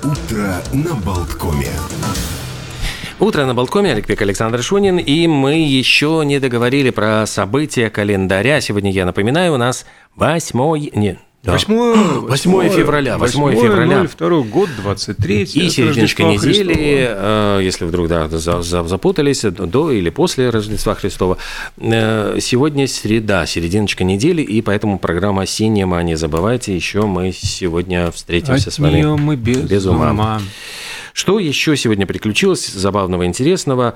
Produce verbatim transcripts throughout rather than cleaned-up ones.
Утро на Болткоме. Утро на Болткоме, Олег Пек, Александр Шунин, и мы еще не договорили про события календаря. Сегодня, я напоминаю, у нас восьмой... Нет. Да. восьмое февраля. восьмое февраля. ноль второй год, двадцать третье. И серединочка недели, э, если вдруг да, за, за, запутались, до или после Рождества Христова. Э, сегодня среда, серединочка недели, и поэтому программа «Синема». Не забывайте, еще мы сегодня встретимся От с вами мы без, без ума. ума. Что еще сегодня приключилось забавного, интересного?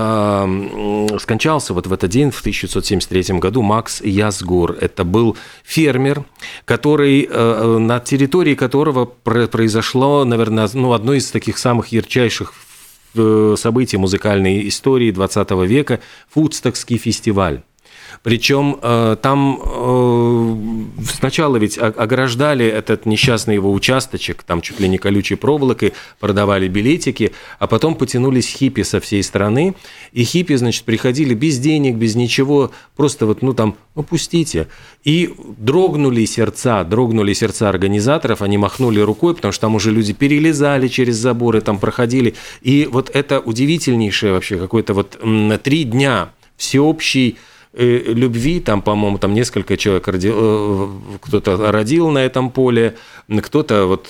Скончался вот в этот день, в тысяча девятьсот семьдесят третьем году, Макс Язгур. Это был фермер, который, на территории которого произошло, наверное, ну, одно из таких самых ярчайших событий музыкальной истории двадцатого века – Вудстокский фестиваль. Причем там сначала ведь ограждали этот несчастный его участочек, там чуть ли не колючей проволокой, продавали билетики, а потом потянулись хиппи со всей страны, и хиппи, значит, приходили без денег, без ничего, просто вот, ну там, ну пустите. И дрогнули сердца, дрогнули сердца организаторов, они махнули рукой, потому что там уже люди перелезали через заборы, там проходили. И вот это удивительнейшее вообще какое-то вот три дня всеобщей любви, там, по-моему, там несколько человек родил, кто-то родил на этом поле, кто-то вот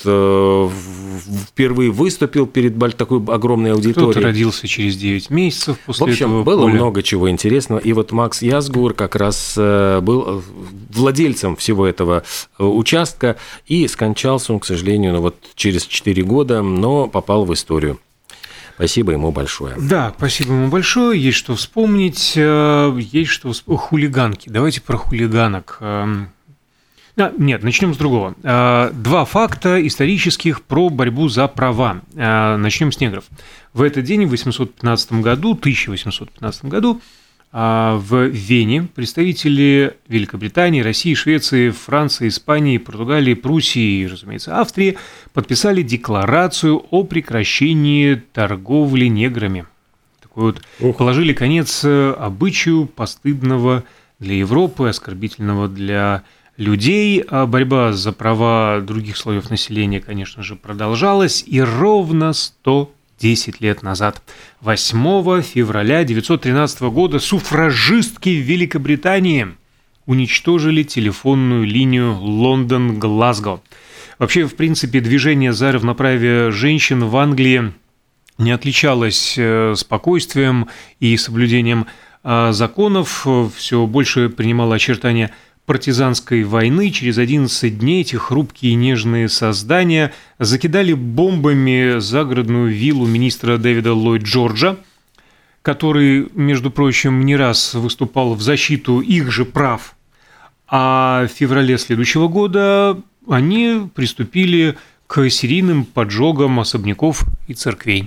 впервые выступил перед такой огромной аудиторией. Кто-то родился через девять месяцев после этого. В общем, этого было поля. много чего интересного. И вот Макс Язгур как раз был владельцем всего этого участка, и скончался он, к сожалению, ну, вот через четыре года, но попал в историю. Спасибо ему большое. Да, спасибо ему большое. Есть что вспомнить. Есть что вспомнить. Хулиганки. Давайте про хулиганок. А, нет, начнем с другого. Два факта исторических про борьбу за права. Начнем с негров. В этот день, в восемьсот пятнадцатом году, тысяча восемьсот пятнадцатом году, в Вене представители Великобритании, России, Швеции, Франции, Испании, Португалии, Пруссии и, разумеется, Австрии подписали декларацию о прекращении торговли неграми. Такой вот, Ух. Положили конец обычаю постыдного для Европы, оскорбительного для людей. А борьба за права других слоев населения, конечно же, продолжалась, и ровно сто десять лет назад, восьмого февраля девятьсот тринадцатого года, суфражистки в Великобритании уничтожили телефонную линию Лондон-Глазго. Вообще, в принципе, движение за равноправие женщин в Англии не отличалось спокойствием и соблюдением законов, все больше принимало очертания партизанской войны. Через одиннадцать дней эти хрупкие и нежные создания закидали бомбами загородную виллу министра Дэвида Ллойд Джорджа, который, между прочим, не раз выступал в защиту их же прав. А в феврале следующего года они приступили к серийным поджогам особняков и церквей.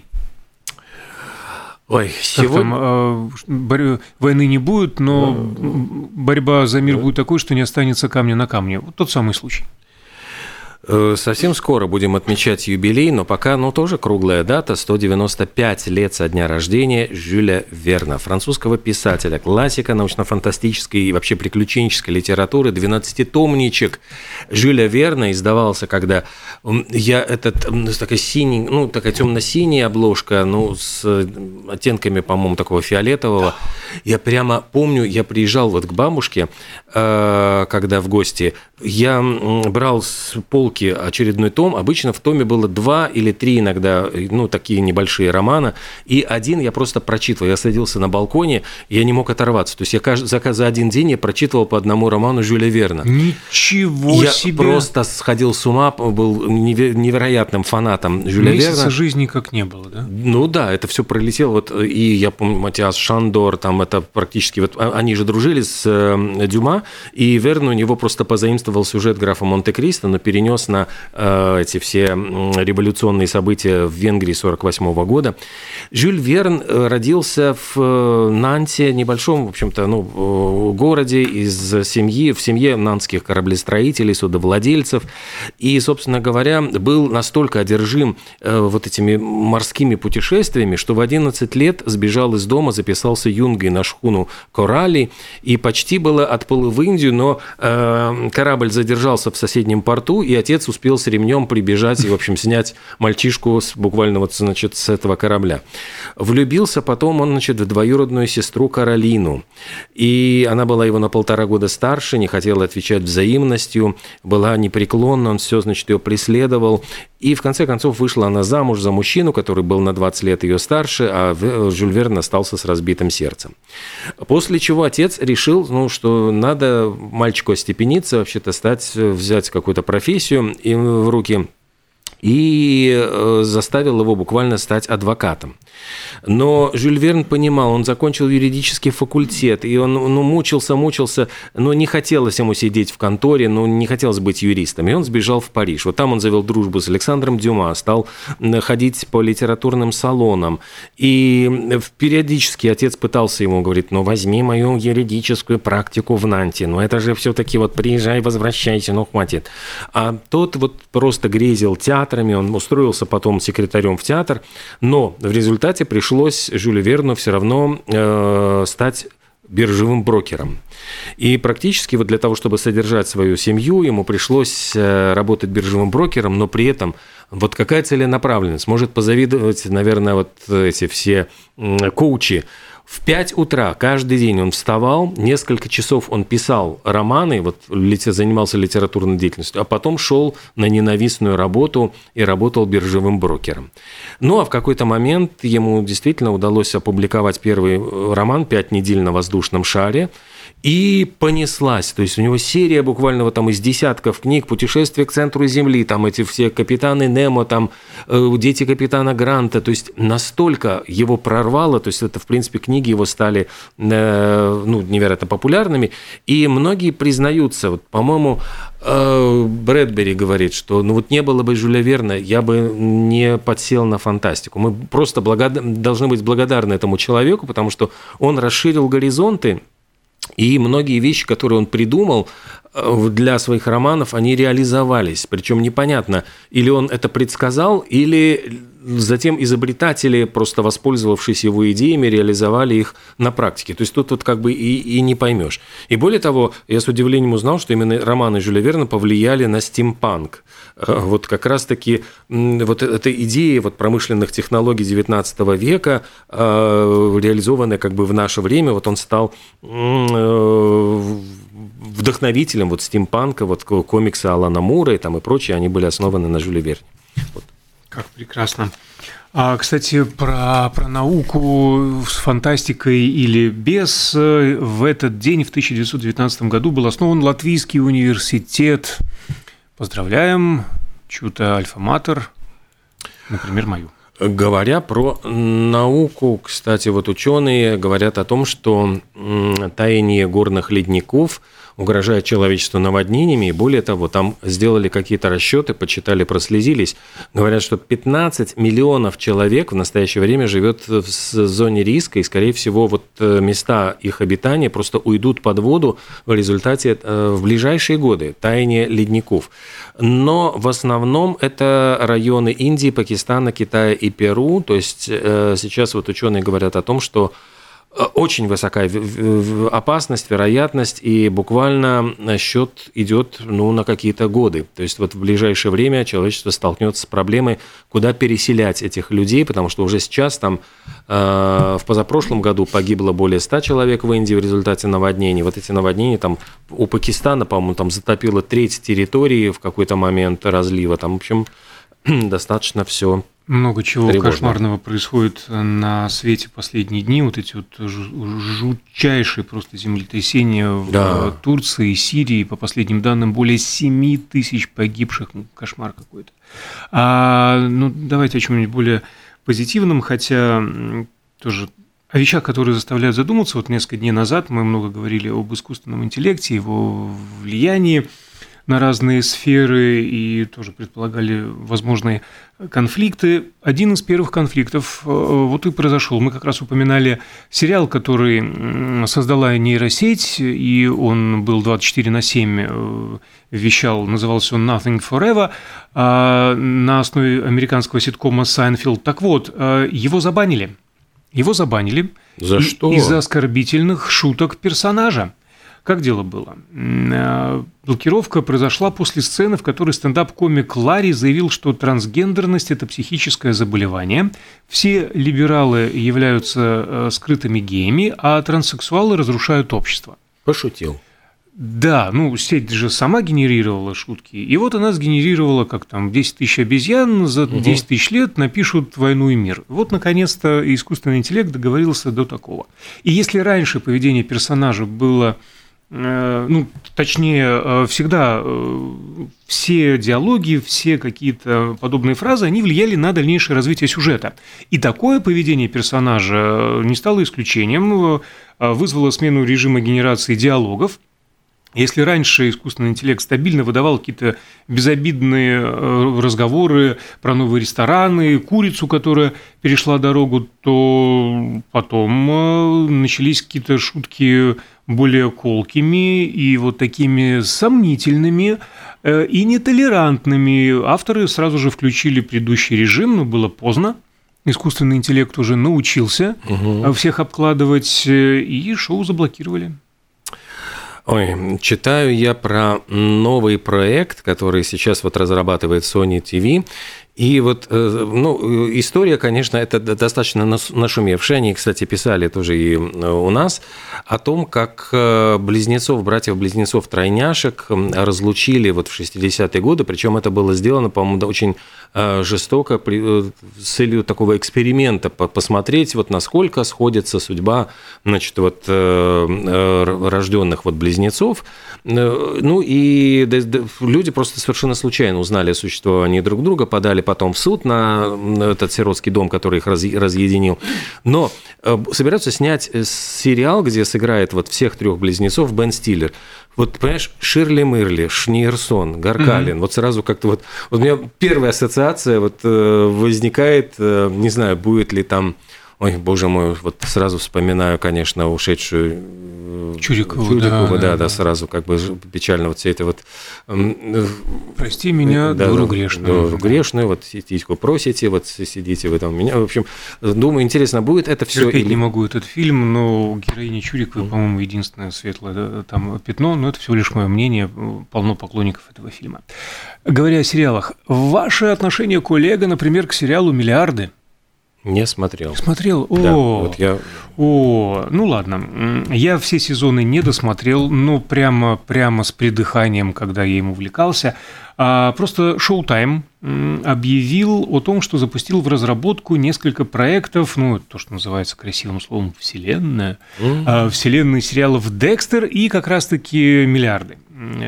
Ой, сегодня... Там, э, войны не будет, но борьба за мир будет такой, что не останется камня на камне. Вот тот самый случай. Совсем скоро будем отмечать юбилей, но пока, ну, тоже круглая дата, сто девяносто пять лет со дня рождения Жюля Верна, французского писателя, классика научно-фантастической и вообще приключенческой литературы, двенадцатитомничек Жюля Верна издавался, когда я этот, такая синий, ну, такая темно-синяя обложка, ну, с оттенками, по-моему, такого фиолетового. Я прямо помню, я приезжал вот к бабушке, когда в гости, я брал с полки очередной том. Обычно в томе было два или три иногда, ну, такие небольшие романа, и один я просто прочитывал. Я садился на балконе, и я не мог оторваться. То есть я за, за один день я прочитывал по одному роману Жюля Верна. Ничего я себе! Я просто сходил с ума, был невероятным фанатом Жюля Месяца Верна. Месяца жизни как не было, да? Ну да, это все пролетело. Вот, и я помню, Матиас Шандор, там это практически... Вот, они же дружили с Дюма, и Верн у него просто позаимствовал сюжет графа Монте-Кристо, но перенес на э, эти все революционные события в Венгрии сорок восьмого года. Жюль Верн родился в Нанте, небольшом, в общем-то, ну, городе из семьи, в семье нантских кораблестроителей, судовладельцев. И, собственно говоря, был настолько одержим э, вот этими морскими путешествиями, что в одиннадцать лет сбежал из дома, записался юнгой на шхуну Коралли, и почти было отплыл в Индию, но э, корабль задержался в соседнем порту, и отец отец успел с ремнем прибежать и, в общем, снять мальчишку с, буквально вот, значит, с этого корабля. Влюбился потом он, значит, в двоюродную сестру Каролину. И она была его на полтора года старше, не хотела отвечать взаимностью, была непреклонна, он все, значит, ее преследовал. И в конце концов вышла она замуж за мужчину, который был на двадцать лет ее старше, а Жюль Верн остался с разбитым сердцем. После чего отец решил, ну, что надо мальчику остепениться, вообще-то стать, взять какую-то профессию в руки, и заставил его буквально стать адвокатом. Но Жюль Верн понимал, он закончил юридический факультет, и он ну, мучился, мучился, но не хотелось ему сидеть в конторе, но не хотелось быть юристом, и он сбежал в Париж. Вот там он завел дружбу с Александром Дюма, стал ходить по литературным салонам, и периодически отец пытался ему, говорит, ну возьми мою юридическую практику в Нанте, ну это же все-таки вот приезжай, возвращайся, ну хватит. А тот вот просто грезил театрами, он устроился потом секретарем в театр, но в результате пришлось Жюлю Верну все равно э, стать биржевым брокером. И практически вот для того, чтобы содержать свою семью, ему пришлось работать биржевым брокером, но при этом вот какая целенаправленность. Может позавидовать, наверное, вот эти все коучи. В пять утра каждый день он вставал, несколько часов он писал романы, вот занимался литературной деятельностью, а потом шел на ненавистную работу и работал биржевым брокером. Ну, а в какой-то момент ему действительно удалось опубликовать первый роман «Пять недель на воздушном шаре», и понеслась. То есть у него серия буквально вот там из десятков книг «Путешествие к центру Земли», там эти все «Капитаны Немо», там «Дети капитана Гранта». То есть настолько его прорвало, то есть это, в принципе, книги его стали ну, невероятно популярными. И многие признаются, вот, по-моему, Брэдбери говорит, что ну вот не было бы Жюля Верна, я бы не подсел на фантастику. Мы просто благод... должны быть благодарны этому человеку, потому что он расширил горизонты, и многие вещи, которые он придумал для своих романов, они реализовались. Причем непонятно, или он это предсказал, или затем изобретатели, просто воспользовавшись его идеями, реализовали их на практике. То есть тут вот как бы и, и не поймешь. И более того, я с удивлением узнал, что именно романы Жюля Верна повлияли на стимпанк. Вот как раз-таки вот эта идея вот промышленных технологий девятнадцатого века, реализованная как бы в наше время, вот он стал вдохновителем вот стимпанка, вот комикса Алана Мура и там и прочие, они были основаны на Жюле Верне. Вот. Как прекрасно. А, кстати, про, про науку с фантастикой или без. В этот день, в тысяча девятьсот девятнадцатом году, был основан Латвийский университет. Поздравляем, чью-то альфа-матер, например, мою. Говоря про науку, кстати, вот ученые говорят о том, что таяние горных ледников угрожает человечеству наводнениями, и более того, там сделали какие-то расчеты, почитали, прослезились. Говорят, что пятнадцать миллионов человек в настоящее время живет в зоне риска, и, скорее всего, вот места их обитания просто уйдут под воду в результате в ближайшие годы таяния ледников. Но в основном это районы Индии, Пакистана, Китая и Перу. То есть сейчас вот ученые говорят о том, что очень высокая опасность, вероятность, и буквально счет идет ну, на какие-то годы. То есть вот в ближайшее время человечество столкнется с проблемой, куда переселять этих людей, потому что уже сейчас там э, в позапрошлом году погибло более ста человек в Индии в результате наводнений. Вот эти наводнения там у Пакистана, по-моему, там затопило треть территории в какой-то момент разлива. Там, в общем, достаточно все. Много чего тревожно. Кошмарного происходит на свете последние дни. Вот эти вот жутчайшие просто землетрясения в да. Турции и Сирии. По последним данным, более семь тысяч погибших. Ну, кошмар какой-то. А, ну, давайте о чем-нибудь более позитивном, хотя тоже о вещах, которые заставляют задуматься. Вот несколько дней назад мы много говорили об искусственном интеллекте, его влиянии на разные сферы и тоже предполагали возможные конфликты. Один из первых конфликтов вот и произошел. Мы как раз упоминали сериал, который создала нейросеть, и он был двадцать четыре на семь, вещал, назывался он «Nothing Forever», на основе американского ситкома «Сайнфилд». Так вот, его забанили. Его забанили. За что? Из-за оскорбительных шуток персонажа, Как дело было? Блокировка произошла после сцены, в которой стендап-комик Ларри заявил, что трансгендерность – это психическое заболевание, все либералы являются скрытыми геями, а транссексуалы разрушают общество. Пошутил. Да, ну, сеть же сама генерировала шутки, и вот она сгенерировала, как там, десять тысяч обезьян за десять тысяч лет напишут «Войну и мир». Вот, наконец-то, искусственный интеллект договорился до такого. И если раньше поведение персонажа было, э, ну, точнее, э, всегда э, все диалоги, все какие-то подобные фразы, они влияли на дальнейшее развитие сюжета. И такое поведение персонажа не стало исключением, э, вызвало смену режима генерации диалогов. Если раньше искусственный интеллект стабильно выдавал какие-то безобидные разговоры про новые рестораны, курицу, которая перешла дорогу, то потом начались какие-то шутки более колкими и вот такими сомнительными и нетолерантными. Авторы сразу же включили предыдущий режим, но было поздно. Искусственный интеллект уже научился угу. всех обкладывать, и шоу заблокировали. Ой, читаю я про новый проект, который сейчас вот разрабатывает Sony ти ви. И вот, ну, история, конечно, это достаточно нашумевшая. Они, кстати, писали тоже и у нас о том, как близнецов, братьев-близнецов-тройняшек разлучили вот в шестидесятые годы. Причем это было сделано, по-моему, очень жестоко с целью такого эксперимента посмотреть, вот насколько сходится судьба, значит, вот рожденных вот близнецов. Ну и люди просто совершенно случайно узнали о существовании друг друга, подали потом в суд на этот сиротский дом, который их разъединил. Но собираются снять сериал, где сыграет вот всех трех близнецов Бен Стиллер. Вот, понимаешь, Ширли Мырли, Шниерсон, Гаркалин, mm-hmm. вот сразу как-то вот... Вот у меня первая ассоциация вот возникает, не знаю, будет ли там... Ой, боже мой, вот сразу вспоминаю, конечно, ушедшую Чурикову, Чурикову да, да, да, да, сразу как бы печально вот все это вот... Прости меня, да, дуру грешную. Дуру грешную, вот титьку просите, вот сидите вы там у меня. В общем, думаю, интересно, будет это все. Терпеть или... не могу этот фильм, но героиня Чуриковой, mm. по-моему, единственное светлое да, там пятно, но это всего лишь мое мнение, полно поклонников этого фильма. Говоря о сериалах, ваше отношение коллега, например, к сериалу «Миллиарды»? Не смотрел. Смотрел? О, да, вот я... О, ну ладно. Я все сезоны не досмотрел, но прямо, прямо с придыханием, когда я им увлекался. А просто Showtime объявил о том, что запустил в разработку несколько проектов, ну, то, что называется красивым словом «вселенная», mm-hmm. вселенной сериалов «Декстер» и как раз-таки «Миллиарды».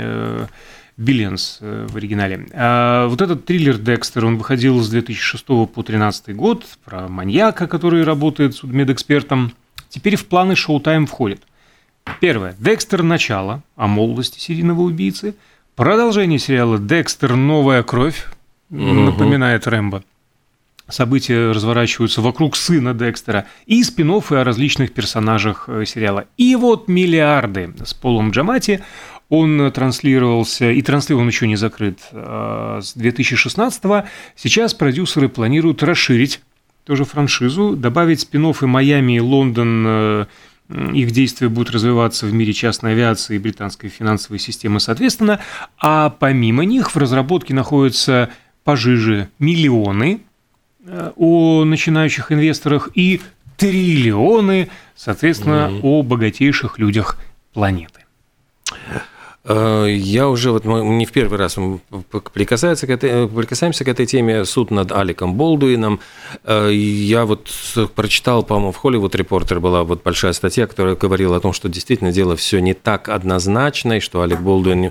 Billions в оригинале. А вот этот триллер «Декстер», он выходил с две тысячи шестого по две тысячи тринадцатый год, про маньяка, который работает судмедэкспертом. Теперь в планы Showtime входит. Первое. «Декстер. Начало», о молодости серийного убийцы. Продолжение сериала «Декстер. Новая кровь», угу. напоминает Рэмбо. События разворачиваются вокруг сына Декстера. И спин-оффы о различных персонажах сериала. И вот «Миллиарды» с Полом Джаматти. Он транслировался, и транслирован еще не закрыт, с две тысячи шестнадцатого. Сейчас продюсеры планируют расширить тоже франшизу, добавить спин-оффы «Майами» и «Лондон». Их действия будут развиваться в мире частной авиации и британской финансовой системы соответственно. А помимо них в разработке находятся пожиже «Миллионы» о начинающих инвесторах и «Триллионы», соответственно, mm-hmm. о богатейших людях планеты. Я уже, вот мы не в первый раз прикасаемся к этой, прикасаемся к этой теме, суд над Алеком Болдуином. Я вот прочитал, по-моему, в Hollywood Reporter была вот большая статья, которая говорила о том, что действительно дело все не так однозначно, и что Алек Болдуин,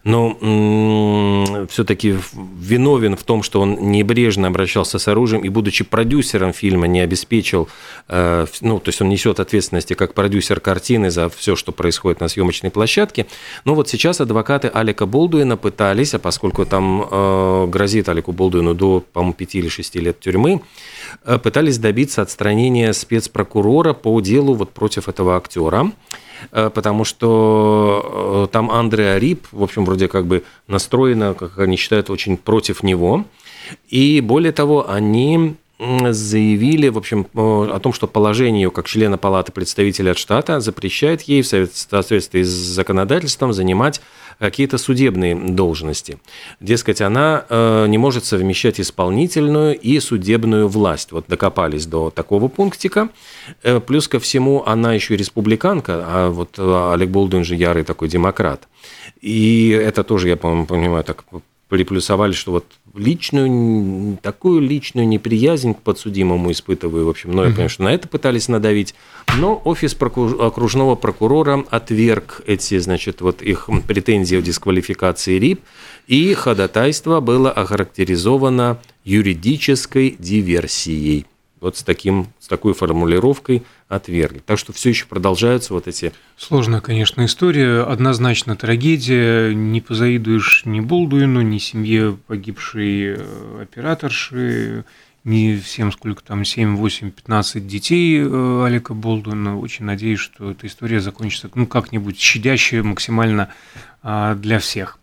ну, все-таки виновен в том, что он небрежно обращался с оружием и, будучи продюсером фильма, не обеспечил, ну, то есть он несет ответственности как продюсер картины за все, что происходит на съемочной площадке. Но вот сейчас Сейчас адвокаты Алека Болдуина пытались, а поскольку там э, грозит Алеку Болдуину до, по-моему, пяти или шести лет тюрьмы, э, пытались добиться отстранения спецпрокурора по делу вот против этого актера, э, потому что э, там Андреа Рип, в общем, вроде как бы настроена, как они считают, очень против него. И более того, они заявили, в общем, о том, что положение ее как члена Палаты представителей от штата запрещает ей в соответствии с законодательством занимать какие-то судебные должности. Дескать, она не может совмещать исполнительную и судебную власть. Вот докопались до такого пунктика. Плюс ко всему, она еще и республиканка, а вот Алек Болдуин же ярый такой демократ. И это тоже, я, по-моему, понимаю, так приплюсовали, что вот личную, такую личную неприязнь к подсудимому испытываю. В общем, ну, я понимаю, что на это пытались надавить. Но офис окружного прокурора отверг эти, значит, вот их претензии о дисквалификации РИП, и ходатайство было охарактеризовано юридической диверсией. Вот с, таким, с такой формулировкой отвергли. Так что все еще продолжаются вот эти... Сложная, конечно, история. Однозначно трагедия. Не позавидуешь ни Болдуину, ни семье погибшей операторши, ни всем, сколько там, семь, восемь, пятнадцать детей Алека Болдуина. Очень надеюсь, что эта история закончится, ну, как-нибудь щадяще максимально для всех.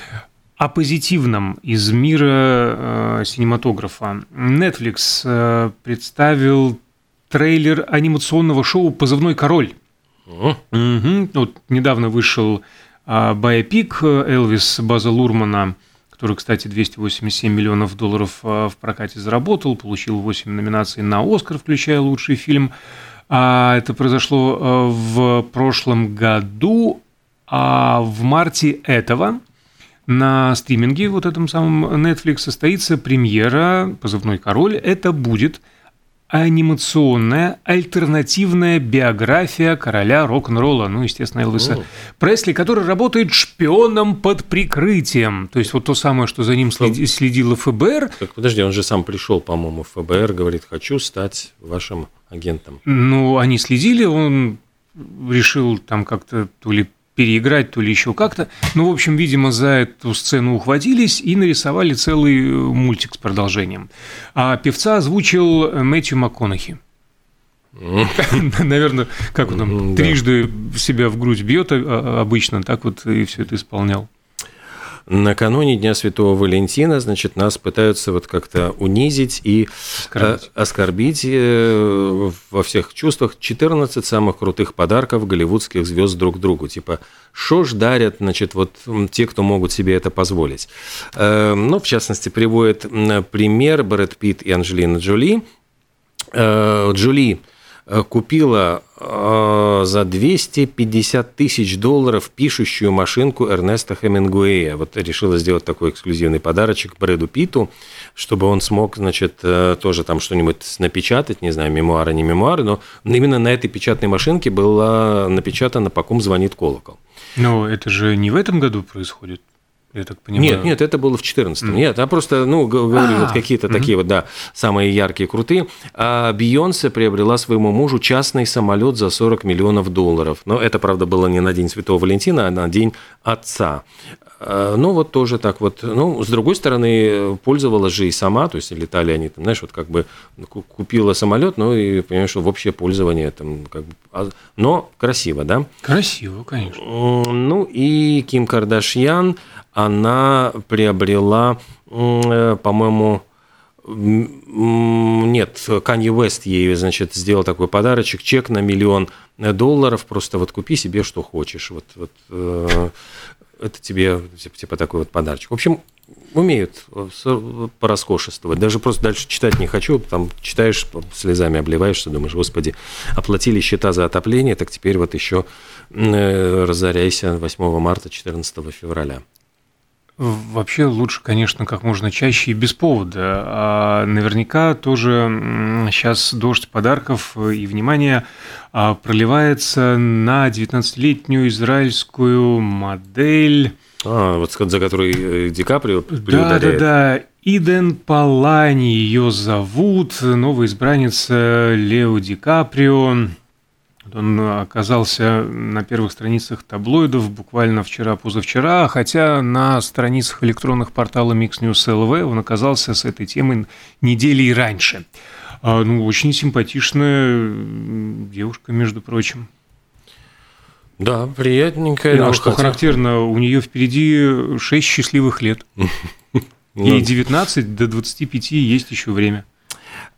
О позитивном из мира э, синематографа. Netflix э, представил трейлер анимационного шоу «Позывной король». Угу. Вот недавно вышел э, байопик Элвис База Лурмана, который, кстати, двести восемьдесят семь миллионов долларов э, в прокате заработал, получил восемь номинаций на «Оскар», включая лучший фильм. А это произошло э, в прошлом году, а в марте этого на стриминге, вот этом самом Netflix, состоится премьера «Позывной король». Это будет анимационная альтернативная биография короля рок-н-ролла, ну, естественно, Элвиса О. Пресли, который работает шпионом под прикрытием. То есть вот то самое, что за ним следи, следило эф бэ эр. Так, подожди, он же сам пришел, по-моему, в эф бэ эр, говорит, хочу стать вашим агентом. Ну, они следили, он решил там как-то то ли переиграть, то ли еще как-то. Ну, в общем, видимо, за эту сцену ухватились и нарисовали целый мультик с продолжением. А певца озвучил Мэтью МакКонахи. Наверное, как он там трижды себя в грудь бьет обычно, так вот и все это исполнял. Накануне Дня Святого Валентина, значит, нас пытаются вот как-то унизить и оскорбить, оскорбить во всех чувствах. четырнадцать самых крутых подарков голливудских звезд друг другу. Типа, шо ж дарят, значит, вот те, кто могут себе это позволить. Ну, в частности, приводит пример Брэд Питт и Анджелина Джоли. Джоли купила за двести пятьдесят тысяч долларов пишущую машинку Эрнеста Хемингуэя. Вот решила сделать такой эксклюзивный подарочек Брэду Питту, чтобы он смог, значит, тоже там что-нибудь напечатать, не знаю, мемуары, не мемуары, но именно на этой печатной машинке было напечатано «По ком звонит колокол». Но это же не в этом году происходит. Я так понимаю. Нет, нет, это было в четырнадцатом. Mm. Нет, а просто, ну, говорю, вот какие-то mm-hmm. такие вот, да, самые яркие, крутые. А Бейонсе приобрела своему мужу частный самолет за сорок миллионов долларов. Но это, правда, было не на День Святого Валентина, а на День Отца. Ну, вот тоже так вот. Ну, с другой стороны, пользовалась же и сама, то есть летали они там, знаешь, вот как бы купила самолет, ну, и понимаешь, что в общее пользование там, как бы, но красиво, да? Красиво, конечно. Ну, и Ким Кардашьян, она приобрела, по-моему, нет, Канье Уэст ей, значит, сделал такой подарочек, чек на миллион долларов, просто вот купи себе, что хочешь, вот, вот это тебе, типа, такой вот подарочек. В общем, умеют пороскошествовать. Даже просто дальше читать не хочу, там читаешь, слезами обливаешься, думаешь, господи, оплатили счета за отопление, так теперь вот еще разоряйся восьмого марта, четырнадцатого февраля. Вообще лучше, конечно, как можно чаще и без повода. А наверняка тоже сейчас дождь подарков и внимания проливается на девятнадцатилетнюю израильскую модель. А, вот за которой Ди Каприо приударяет. Да, да, да. Иден Палани ее зовут, новая избранница Лео Ди Каприо. Он оказался на первых страницах таблоидов буквально вчера-позавчера, хотя на страницах электронных портала Mix News эл ви он оказался с этой темой недели и раньше. Ну, очень симпатичная девушка, между прочим. Да, приятненькая. Да, что хотя... характерно, у нее впереди шесть счастливых лет. Ей девятнадцать, до двадцати пяти есть еще время.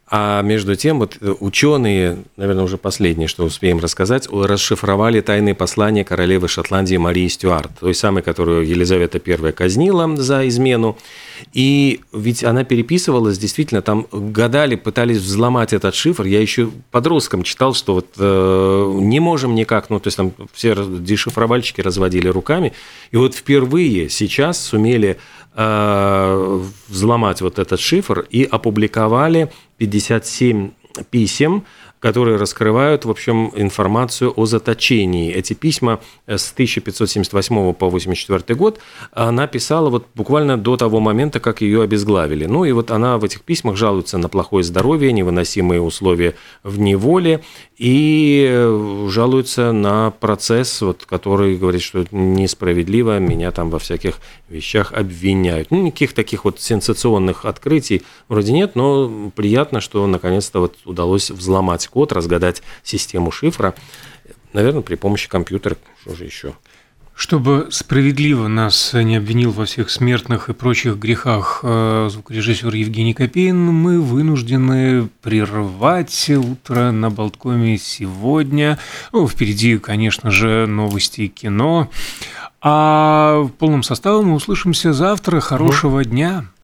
А между тем, вот ученые, наверное, уже последнее, что успеем рассказать, расшифровали тайные послания королевы Шотландии Марии Стюарт, той самой, которую Елизавета Первая казнила за измену. И ведь она переписывалась, действительно, там гадали, пытались взломать этот шифр. Я еще подростком читал, что вот э, не можем никак, ну, то есть там все дешифровальщики разводили руками. И вот впервые сейчас сумели э, взломать вот этот шифр и опубликовали пятьдесят семь писем, которые раскрывают, в общем, информацию о заточении. Эти письма с тысяча пятьсот семьдесят восьмого по восемьдесят четвёртый год она писала вот буквально до того момента, как ее обезглавили. Ну и вот она в этих письмах жалуется на плохое здоровье, невыносимые условия в неволе и жалуется на процесс, вот, который говорит, что несправедливо, меня там во всяких вещах обвиняют. Ну, никаких таких вот сенсационных открытий вроде нет, но приятно, что наконец-то вот удалось взломать код, разгадать систему шифра, наверное, при помощи компьютера, что же еще. Чтобы справедливо нас не обвинил во всех смертных и прочих грехах звукорежиссер Евгений Копейн, мы вынуждены прервать утро на Болткоме сегодня. Ну, впереди, конечно же, новости и кино. А в полном составе мы услышимся завтра. Хорошего дня!